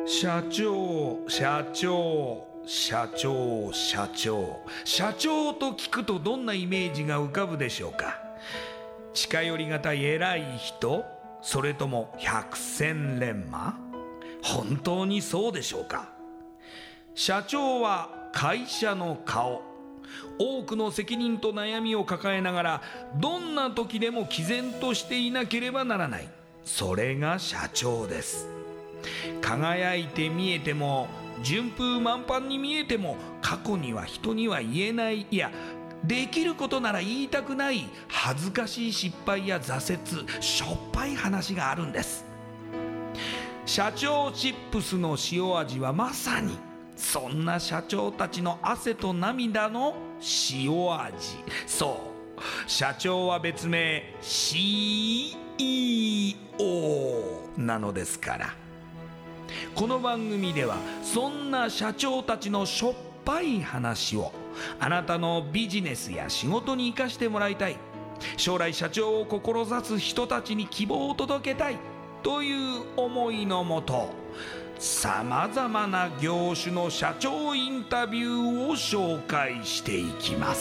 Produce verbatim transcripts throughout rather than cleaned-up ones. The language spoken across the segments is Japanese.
社長社長社長社長社長と聞くとどんなイメージが浮かぶでしょうか。近寄りがたい偉い人、それとも百戦錬磨。本当にそうでしょうか。社長は会社の顔。多くの責任と悩みを抱えながらどんな時でも毅然としていなければならない、それが社長です。輝いて見えても順風満帆に見えても、過去には人には言えない、いやできることなら言いたくない恥ずかしい失敗や挫折、しょっぱい話があるんです。社長チップスの塩味はまさにそんな社長たちの汗と涙の塩味。そう社長は別名 シーイーオー なのですから。この番組ではそんな社長たちのしょっぱい話をあなたのビジネスや仕事に生かしてもらいたい、将来社長を志す人たちに希望を届けたいという思いのもと、さまざまな業種の社長インタビューを紹介していきます。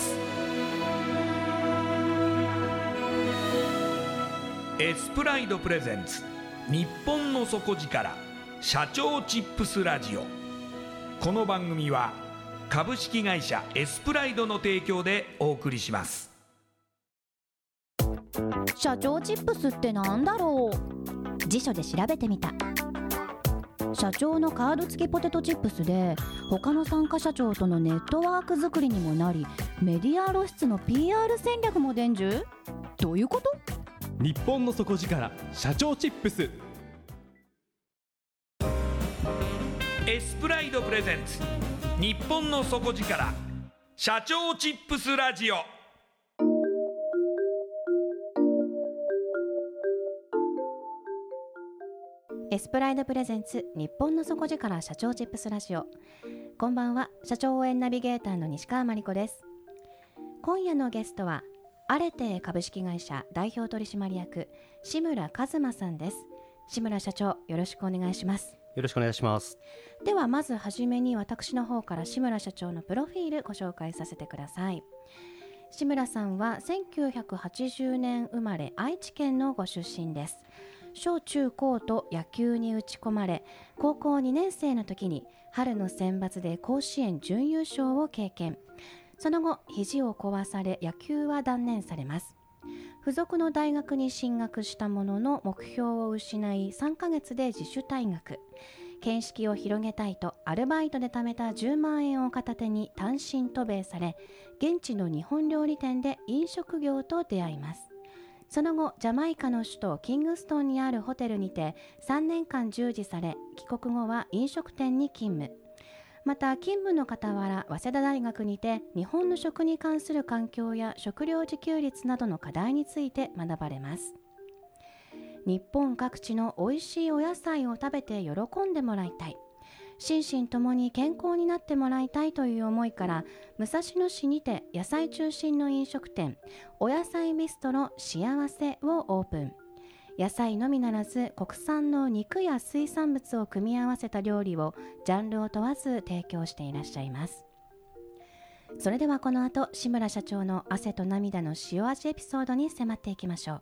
エスプライドプレゼンツ日本の底力社長チップスラジオ。この番組は株式会社エスプライドの提供でお送りします。 社長チップスってなんだろう。辞書で調べてみた。社長のカード付きポテトチップスで他の参加社長とのネットワーク作りにもなり、メディア露出の ピーアール 戦略も伝授。どういうこと？ 日本の底力社長チップス。 エスプライドプレゼンツ日本の底力社長チップスラジオ。 エスプライドプレゼンツ日本の底力社長チップスラジオ。こんばんは、社長応援ナビゲーターの西川真理子です。今夜のゲストはアレテ株式会社代表取締役志村和馬さんです。志村社長、よろしくお願いします。 よろしくお願いします。 ではまずはじめに私の方から志村社長のプロフィールご紹介させてください。志村さんはせんきゅうひゃくはちじゅうねん生まれ、愛知県のご出身です。小中高と野球に打ち込まれ、高校にねん生の時に春の選抜で甲子園準優勝を経験。その後肘を壊され野球は断念されます。付属の大学に進学したものの目標を失いさんかげつで自主退学。見識を広げたいとアルバイトで貯めたじゅうまんえんを片手に単身渡米され、現地の日本料理店で飲食業と出会います。その後ジャマイカの首都キングストンにあるホテルにてさんねんかん従事され、帰国後は飲食店に勤務。また勤務の傍ら早稲田大学にて日本の食に関する環境や食料自給率などの課題について学ばれます。日本各地の美味しいお野菜を食べて喜んでもらいたい、心身ともに健康になってもらいたいという思いから、武蔵野市にて野菜中心の飲食店お野菜ビストロ幸せをオープン。野菜のみならず国産の肉や水産物を組み合わせた料理をジャンルを問わず提供していらっしゃいます。それではこの後、志村社長の汗と涙の塩味エピソードに迫っていきましょう。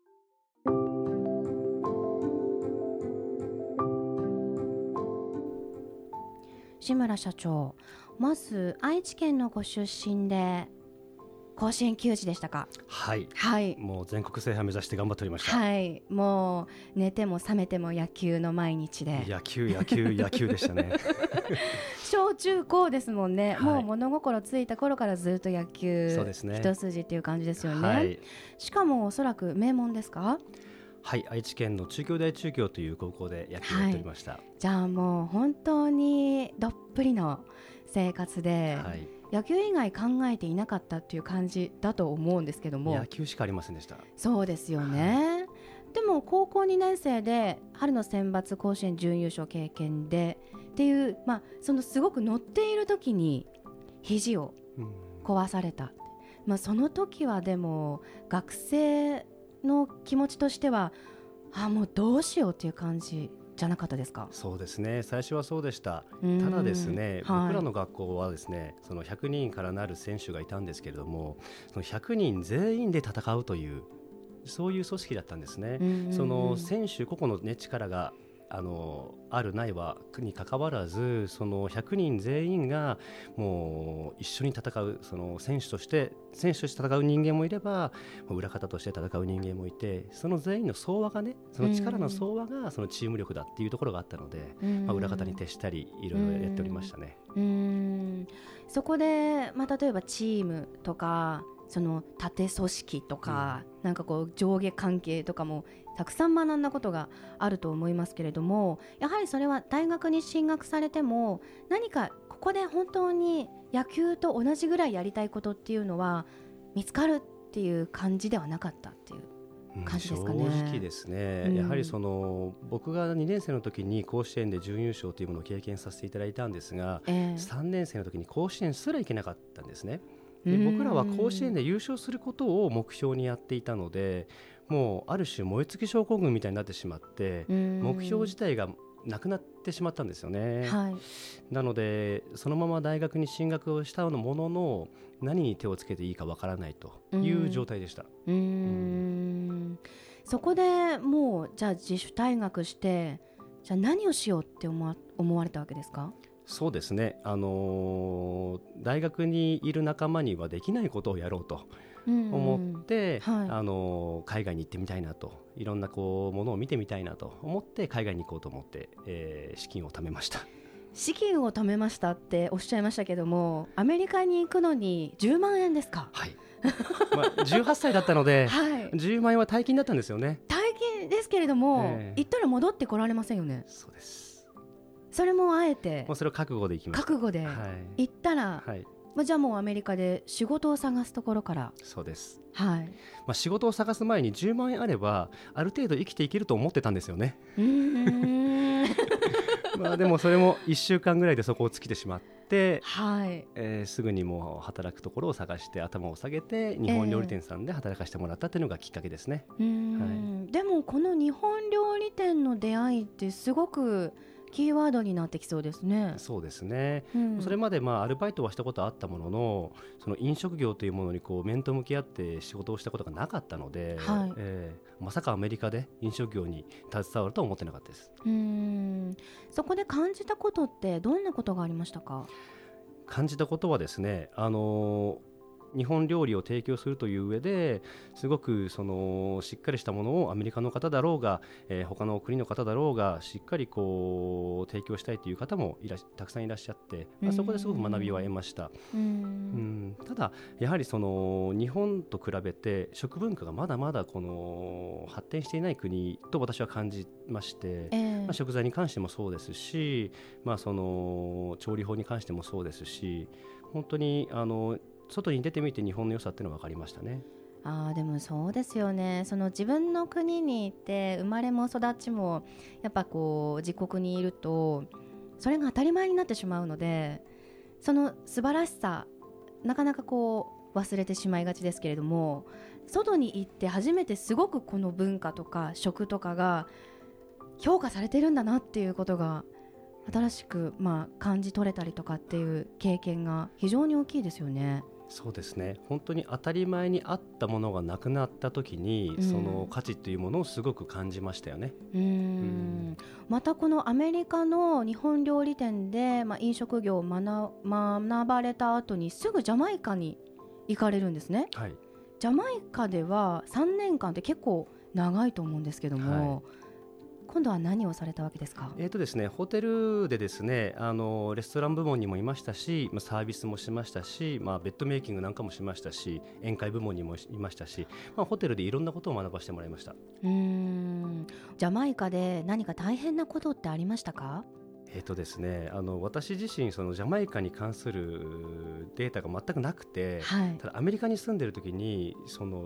志村社長、まず愛知県のご出身で甲子園球児でしたか？ はい、 はい、 もう全国制覇目指して頑張っておりました。 はい、もう寝ても覚めても野球の毎日で、 野球野球野球でしたね小中高ですもんね、 はい、 もう物心ついた頃からずっと野球、 そうですね、 一筋っていう感じですよね、 はい、 しかもおそらく名門ですか？ はい、愛知県の中京大中京という高校で野球をやっておりました、はい、 じゃあもう本当にどっぷりの生活で、はい、野球以外考えていなかったっていう感じだと思うんですけども。 野球しかありませんでした。 そうですよね、はい、でも高校にねん生で春の選抜甲子園準優勝経験でっていう、まあ、そのすごく乗っている時に肘を壊された、うん、まあ、その時はでも学生の気持ちとしては、あ、もうどうしようっていう感じじゃなかったですか？ そうですね、最初はそうでした。 うんただですね、 はい僕らの学校はですね、そのひゃくにんからなる選手がいたんですけれども、そのひゃくにん全員で戦うというそういう組織だったんですね。 うんその選手個々の、ね、力があのあるないはに関わらず、そのひゃくにん全員がもう一緒に戦う、その選手として選手として戦う人間もいれば、裏方として戦う人間もいて、その全員の総和がね、その力の総和がそのチーム力だっていうところがあったので、 うんまあ、裏方に徹したりいろいろやっておりましたね。 うーんそこで、まあ、例えばチームとかその縦組織とか、うん、なんかこう上下関係とかもたくさん学んだことがあると思いますけれども、やはりそれは大学に進学されても何かここで本当に野球と同じぐらいやりたいことっていうのは見つかるっていう感じではなかったっていう感じですかね。 正直ですね、うん、やはりその僕がにねん生の時に甲子園で準優勝というものを経験させていただいたんですが、えー、さんねん生の時に甲子園すら行けなかったんですね。で僕らは甲子園で優勝することを目標にやっていたので、もうある種燃え尽き症候群みたいになってしまって、目標自体がなくなってしまったんですよね、はい、なのでそのまま大学に進学をしたものの、何に手をつけていいかわからないという状態でした。 うーんうーんそこでもうじゃあ自主退学して、じゃあ何をしようって思わ、思われたわけですか？ そうですね、あのー、大学にいる仲間にはできないことをやろうと思って、うんうんはい、あのー、海外に行ってみたいなと、いろんなこうものを見てみたいなと思って海外に行こうと思って、えー、資金を貯めました。 資金を貯めましたっておっしゃいましたけども、アメリカに行くのにじゅうまんえんですか？ はいまあ、じゅうはっさいだったので、はい、じゅうまんえんは大金だったんですよね。 大金ですけれども、えー、行ったら戻ってこられませんよね。 そうです。 それもあえてもうそれを覚悟で行きました。 覚悟で行ったら、はい、まあ、じゃあもうアメリカで仕事を探すところから。 そうです、 はいまあ、仕事を探す前にじゅうまんえんあればある程度生きていけると思ってたんですよね。うーんまあでもそれもいっしゅうかんぐらいでそこを尽きてしまって、はいえー、すぐにもう働くところを探して頭を下げて日本料理店さんで働かせてもらったというのがきっかけですね、 えーはい、でもこの日本料理店の出会いってすごくキーワードになってきそうですね。 そうですね、うん、それまでまあアルバイトはしたことはあったものの、その飲食業というものにこう面と向き合って仕事をしたことがなかったので、はいえー、まさかアメリカで飲食業に携わるとは思ってなかったです。 うーんそこで感じたことってどんなことがありましたか？ 感じたことはですね、あのー日本料理を提供するという上ですごくそのしっかりしたものをアメリカの方だろうが、えー、他の国の方だろうがしっかりこう提供したいという方もいらしたくさんいらっしゃって、まあ、そこですごく学びは得ました。うんうんただやはりその日本と比べて食文化がまだまだこの発展していない国と私は感じまして、えーまあ、食材に関してもそうですし、まあ、その調理法に関してもそうですし、本当にあの外に出てみて日本の良さっていうのが分かりましたね。 あでもそうですよね。その自分の国にいて生まれも育ちもやっぱこう自国にいるとそれが当たり前になってしまうので、その素晴らしさなかなかこう忘れてしまいがちですけれども、外に行って初めてすごくこの文化とか食とかが評価されてるんだなっていうことが新しくまあ感じ取れたりとかっていう経験が非常に大きいですよね。 そうですね、本当に当たり前にあったものがなくなった時に、うん、その価値というものをすごく感じましたよね。うーんうんまたこのアメリカの日本料理店で、まあ、飲食業を 学, 学ばれた後にすぐジャマイカに行かれるんですね、はい、ジャマイカではさんねんかんって結構長いと思うんですけども、はい、今度は何をされたわけですか？ えーとですね、ホテルでですね、あのレストラン部門にもいましたし、サービスもしましたし、まあ、ベッドメイキングなんかもしましたし、宴会部門にもいましたし、まあ、ホテルでいろんなことを学ばせてもらいました。 うーんジャマイカで何か大変なことってありましたか？ えーとですね、あの私自身そのジャマイカに関するデータが全くなくて、はい、ただアメリカに住んでる時にその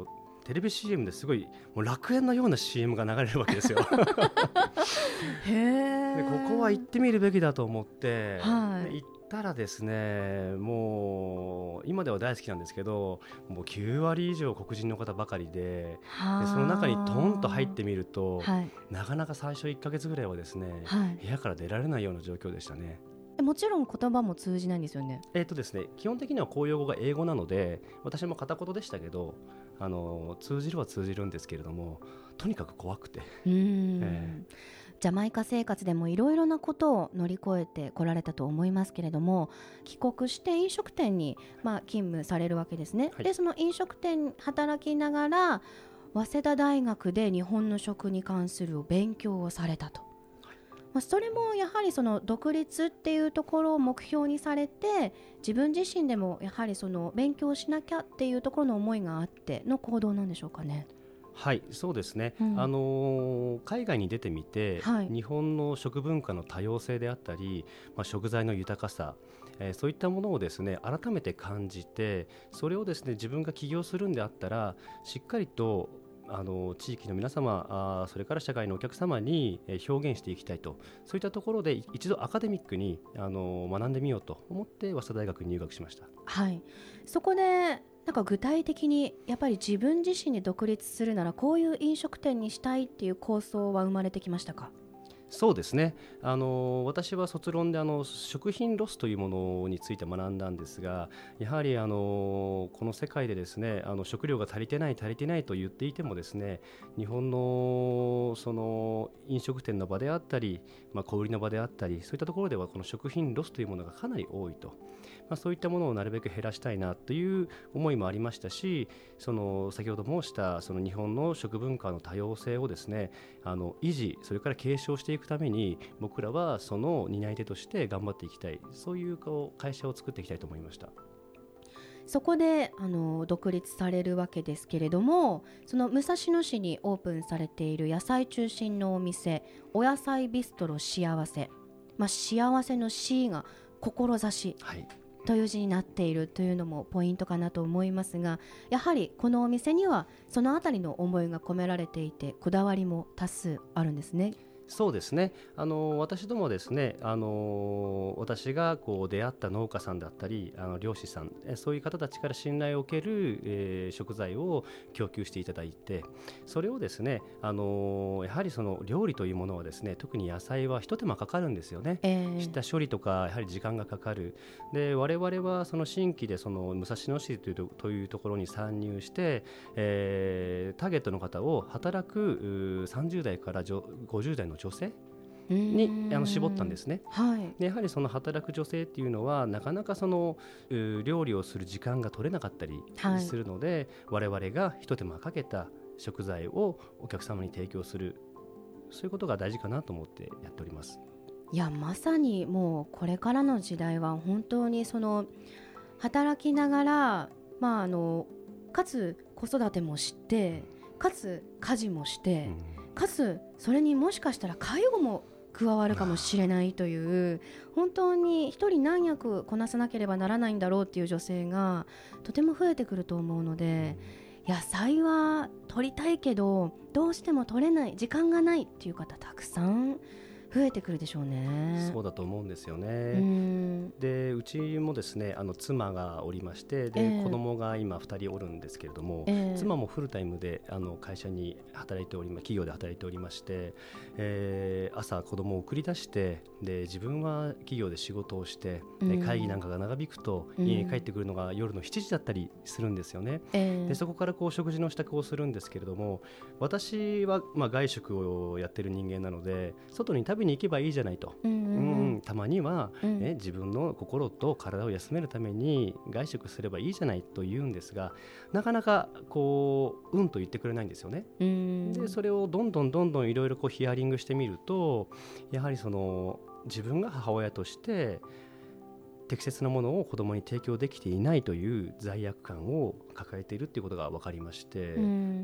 テレビ シーエム ですごいもう楽園のような シーエム が流れるわけですよへー。 でここは行ってみるべきだと思って、 はい、 で行ったらですね、もう今では大好きなんですけど、もうきゅうわり以上黒人の方ばかりで、でその中にトンと入ってみると、 はい、 なかなか最初いっかげつぐらいはですね、 はい、 部屋から出られないような状況でしたね。 もちろん言葉も通じないんですよね。 えーとですね、基本的には公用語が英語なので、私も片言でしたけど、あの通じるは通じるんですけれども、とにかく怖くて、 うーん、 えジャマイカ生活でもいろいろなことを乗り越えてこられたと思いますけれども、帰国して飲食店に、まあ、勤務されるわけですね、 はい、 でその飲食店働きながら早稲田大学で日本の食に関する勉強をされたと、まあ、それもやはりその独立っていうところを目標にされて、自分自身でもやはりその勉強しなきゃっていうところの思いがあっての行動なんでしょうかね。 はい、そうですね、 うん、 あのー海外に出てみて、 はい、 日本の食文化の多様性であったり、まあ、食材の豊かさ、えーそういったものをですね改めて感じて、それをですね自分が起業するんであったらしっかりとあの地域の皆様、あそれから社会のお客様に表現していきたいと、そういったところで一度アカデミックにあの学んでみようと思って早稲田大学に入学しました。 はい、そこでなんか具体的にやっぱり自分自身で独立するならこういう飲食店にしたいっていう構想は生まれてきましたか？ そうですね、あの私は卒論であの食品ロスというものについて学んだんですが、やはりあのこの世界でですね、あの食料が足りてない足りてないと言っていてもですね、日本のその飲食店の場であったり、まあ、小売りの場であったり、そういったところではこの食品ロスというものがかなり多いと、まあ、そういったものをなるべく減らしたいなという思いもありましたし、その先ほど申したその日本の食文化の多様性をですね、あの維持、それから継承していくために僕らはその担い手として頑張っていきたい、そういうこう会社を作っていきたいと思いました。 そこであの独立されるわけですけれども、その武蔵野市にオープンされている野菜中心のお店、お野菜ビストロ幸せ、まあ、幸せの C が志、はい、という字になっているというのもポイントかなと思いますが、やはりこのお店にはそのあたりの思いが込められていて、こだわりも多数あるんですね。 そうですね、あの私どもですね、あの私がこう出会った農家さんだったり、あの漁師さん、そういう方たちから信頼を受ける、えー、食材を供給していただいて、それをですね、あのやはりその料理というものはですね、特に野菜は一手間かかるんですよね、えー、下処理とかやはり時間がかかる。で我々はその新規でその武蔵野市というと、というところに参入して、えー、ターゲットの方を働くさんじゅう代からごじゅう代の女性にあの絞ったんですね、はい、でやはりその働く女性っていうのはなかなかその料理をする時間が取れなかったりするので、はい、我々が一手間かけた食材をお客様に提供する、そういうことが大事かなと思ってやっております。 いや、まさにもうこれからの時代は本当にその働きながら、まあ、あのかつ子育てもして、かつ家事もして、うん、かつそれにもしかしたら介護も加わるかもしれないという、本当に一人何役こなさなければならないんだろうっていう女性がとても増えてくると思うので、野菜は取りたいけどどうしても取れない、時間がないっていう方たくさん増えてくるでしょうね。 そうだと思うんですよね。うんでうちもですね、あの妻がおりまして、で、えー、子供が今ふたりおるんですけれども、えー、妻もフルタイムであの会社に働いておりま企業で働いておりまして、えー、朝子供を送り出して、で自分は企業で仕事をして、うん、会議なんかが長引くと家に帰ってくるのが夜のしちじだったりするんですよね、えー、でそこからこう食事の支度をするんですけれども、私はまあ外食をやってる人間なので、外に食べに行けばいいじゃないと、うんうんうん、たまには、ね、うん、自分の心と体を休めるために外食すればいいじゃないと言うんですが、なかなかこううんと言ってくれないんですよね。うんでそれをどんどんどんどんいろいろこうヒアリングしてみると、やはりその自分が母親として適切なものを子供に提供できていないという罪悪感を抱えているということが分かりまして、うん、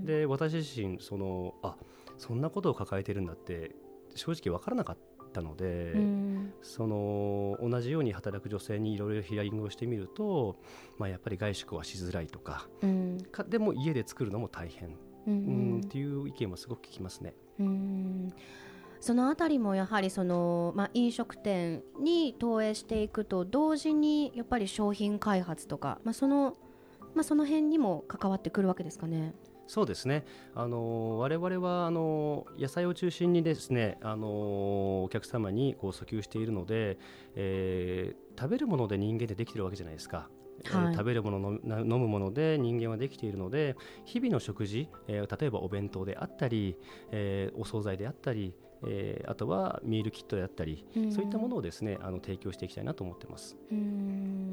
で私自身そのあそんなことを抱えているんだって正直分からなかっったので、 うん、 その同じように働く女性にいろいろヒアリングをしてみると、まあ、やっぱり外食はしづらいとか、 うん、 かでも家で作るのも大変、 うんうん、っていう意見もすごく聞きますね。 うん、そのあたりもやはりその、まあ、飲食店に投影していくと同時にやっぱり商品開発とか、まあ そのまあ、その辺にも関わってくるわけですかね。 そうですね、あの我々はあの野菜を中心にですね、あのお客様にこう訴求しているので、えー、食べるもので人間ってできてるわけじゃないですか。はい、えー、食べるものの飲むもので人間はできているので、日々の食事、えー、例えばお弁当であったり、えー、お惣菜であったり、えー、あとはミールキットであったり、うん、そういったものをですね、あの提供していきたいなと思っています。 うん、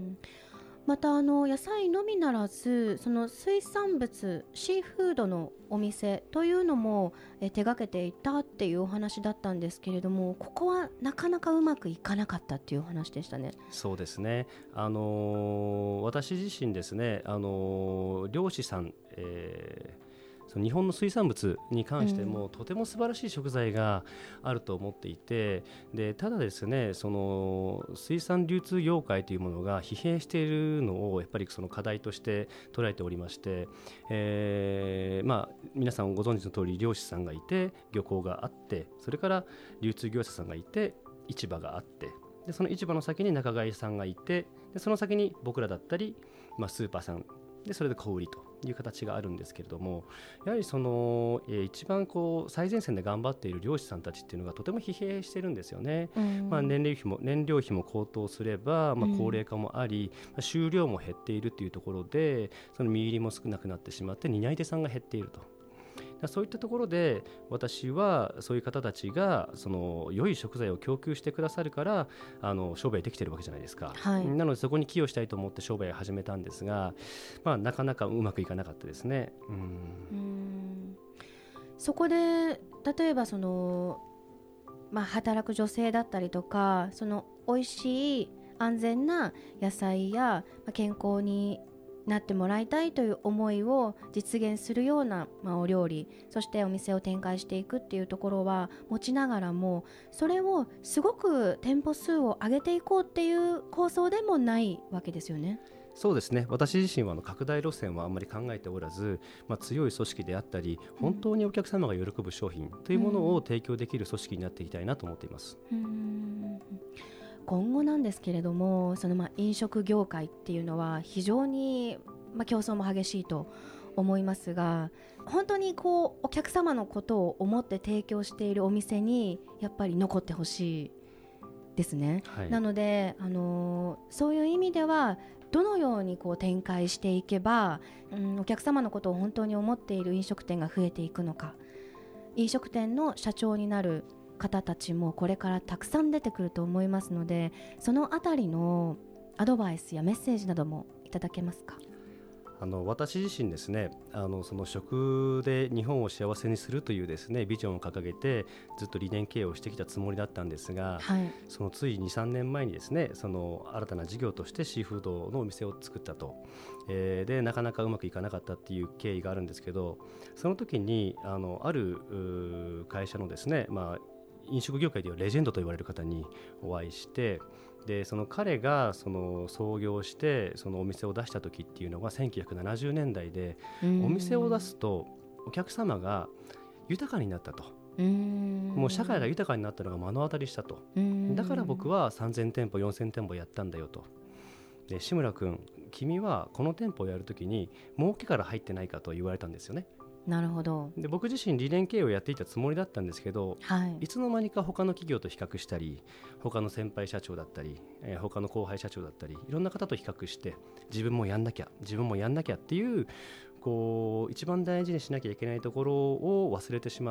またあの野菜のみならずその水産物シーフードのお店というのもえ手掛けていたっていうお話だったんですけれども、ここはなかなかうまくいかなかったっていうお話でしたね。 そうですね、あのー、私自身ですね、あのー、漁師さん、えーその日本の水産物に関しても、うん、とても素晴らしい食材があると思っていて、でただですね、その水産流通業界というものが疲弊しているのをやっぱりその課題として捉えておりまして、えーまあ、皆さんご存知の通り漁師さんがいて漁港があって、それから流通業者さんがいて市場があって、でその市場の先に仲買さんがいて、でその先に僕らだったり、まあ、スーパーさんでそれで小売りという形があるんですけれども、やはりその、えー、一番こう最前線で頑張っている漁師さんたちっていうのがとても疲弊してるんですよね。うん、まあ、燃料費も燃料費も高騰すれば、まあ、高齢化もあり、うんまあ、収量も減っているというところで、その実入りも少なくなってしまって担い手さんが減っていると。そういったところで私はそういう方たちがその良い食材を供給してくださるからあの商売できてるわけじゃないですか、はい、なのでそこに寄与したいと思って商売を始めたんですが、まあ、なかなかうまくいかなかったですね。うん、 うーん、そこで例えばその、まあ、働く女性だったりとか、その美味しい安全な野菜や健康になってもらいたいという思いを実現するような、まあ、お料理、そしてお店を展開していくっていうところは持ちながらも、それをすごく店舗数を上げていこうっていう構想でもないわけですよね。 そうですね、私自身はあの拡大路線はあんまり考えておらず、まあ、強い組織であったり本当にお客様が喜ぶ商品というものを提供できる組織になっていきたいなと思っています。 うーん、今後なんですけれども、そのまあ飲食業界っていうのは非常にまあ競争も激しいと思いますが、本当にこうお客様のことを思って提供しているお店にやっぱり残ってほしいですね、はい、なので、あのー、そういう意味ではどのようにこう展開していけば、うん、お客様のことを本当に思っている飲食店が増えていくのか、飲食店の社長になる方たちもこれからたくさん出てくると思いますので、そのあたりのアドバイスやメッセージなどもいただけますか。 あの私自身ですね、あのその食で日本を幸せにするというですねビジョンを掲げてずっと理念経営をしてきたつもりだったんですが、はい、そのつい にさんねんまえにですね、その新たな事業としてシーフードのお店を作ったと、えー、でなかなかうまくいかなかったっていう経緯があるんですけど、その時にあのある会社のですね、まあ、飲食業界ではレジェンドと言われる方にお会いして、でその彼がその創業してそのお店を出した時っていうのがせんきゅうひゃくななじゅうねんだいで、お店を出すとお客様が豊かになったと、うーんもう社会が豊かになったのが目の当たりしたと、うーんだから僕はさんぜんてんぽよんせんてんぽやったんだよと。で志村君、君はこの店舗をやるときに儲けから入ってないかと言われたんですよね。 なるほど。 で僕自身理念経営をやっていたつもりだったんですけど、 はい、 いつの間にか他の企業と比較したり、他の先輩社長だったり、えー、他の後輩社長だったり、いろんな方と比較して自分もやんなきゃ自分もやんなきゃっていう、こう一番大事にしなきゃいけないところを忘れてしまって、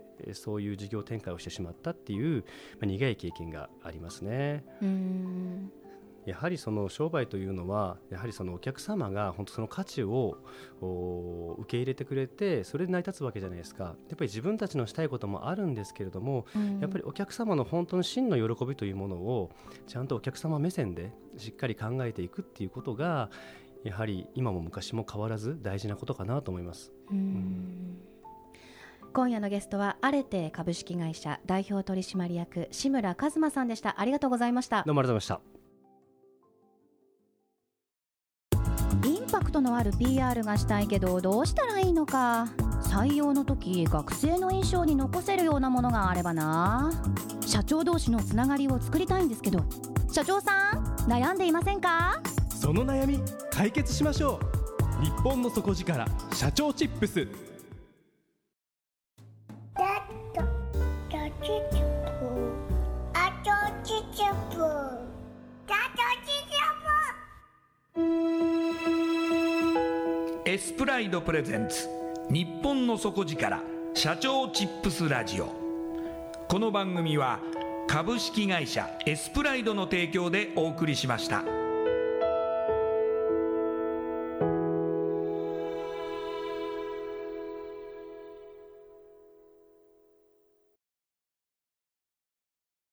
そういう事業展開をしてしまったっていう、まあ、苦い経験がありますね。うーんやはりその商売というのは、やはりそのお客様が本当その価値を受け入れてくれて、それで成り立つわけじゃないですか。やっぱり自分たちのしたいこともあるんですけれども、うん、やっぱりお客様の本当の真の喜びというものをちゃんとお客様目線でしっかり考えていくっていうことが、やはり今も昔も変わらず大事なことかなと思います。うん、 今夜のゲストはアレテ株式会社代表取締役志村和馬さんでした。ありがとうございました。 どうもありがとうございました。インパクトのある ピーアール がしたいけどどうしたらいいのか。採用の時学生の印象に残せるようなものがあればな。社長同士のつながりを作りたいんですけど、社長さん悩んでいませんか？ その悩み解決しましょう。日本の底力社長チップス。 エスプライドプレゼンツ日本の底力社長チップスラジオ。この番組は株式会社エスプライドの提供でお送りしました。